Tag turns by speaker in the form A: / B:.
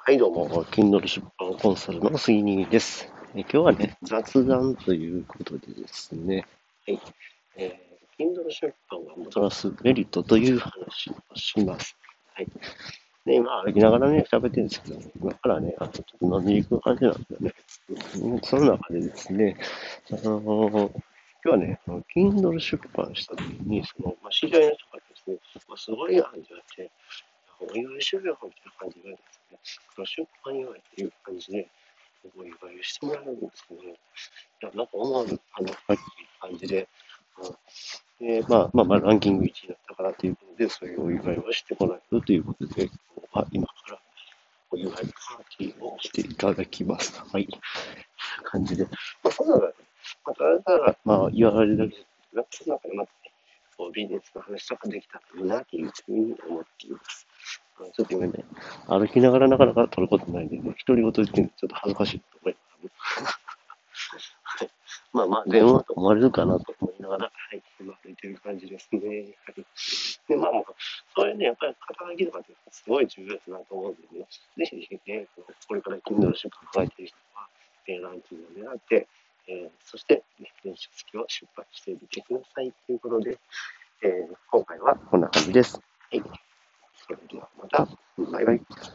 A: はい、どうも、Kindle 出版コンサルの杉兄です。今日はね、雑談ということでですね、はい、Kindle 出版がもたらすメリットという話をします。はい。で、今歩きながらね、喋ってるんですけど、今からね、ちょっと飲みに行く感じなんですよね。その中でですね、今日はね、Kindle 出版した時に、知り合いの人からですね、すごい感じがあって、お祝いしようよみたいな感じでですね、出版祝いっていう感じで、お祝いしてもらえるんですけど、いや、なんか思わぬ、はいい感じで、ランキング1位だったからということで、そういうお祝いをしてもらえるということで、今からお祝いパーティーをしていただきます。はい。感じで。そんなの、ただ、言われるだけじゃなくて、その中でまたね、ビジネスの話とかできたらいいなというふうに思っています。ちょっと今ね、歩きながらなかなか撮ることないんでね、独り言言ってるんでちょっと恥ずかしいと思います。はい。電話と思われるかなと思いながら、はい、今歩いてる感じですね。はい。で、そういうね、やっぱり肩書きとかってすごい重要だなと思うんでね、ぜひぜひね、これから Kindle 出版を書いてる人は、ランキングを狙って、そして、ね、電子書籍を出版してみてくださいということで、今回はこんな感じです。はい。それではまた、バイバイ。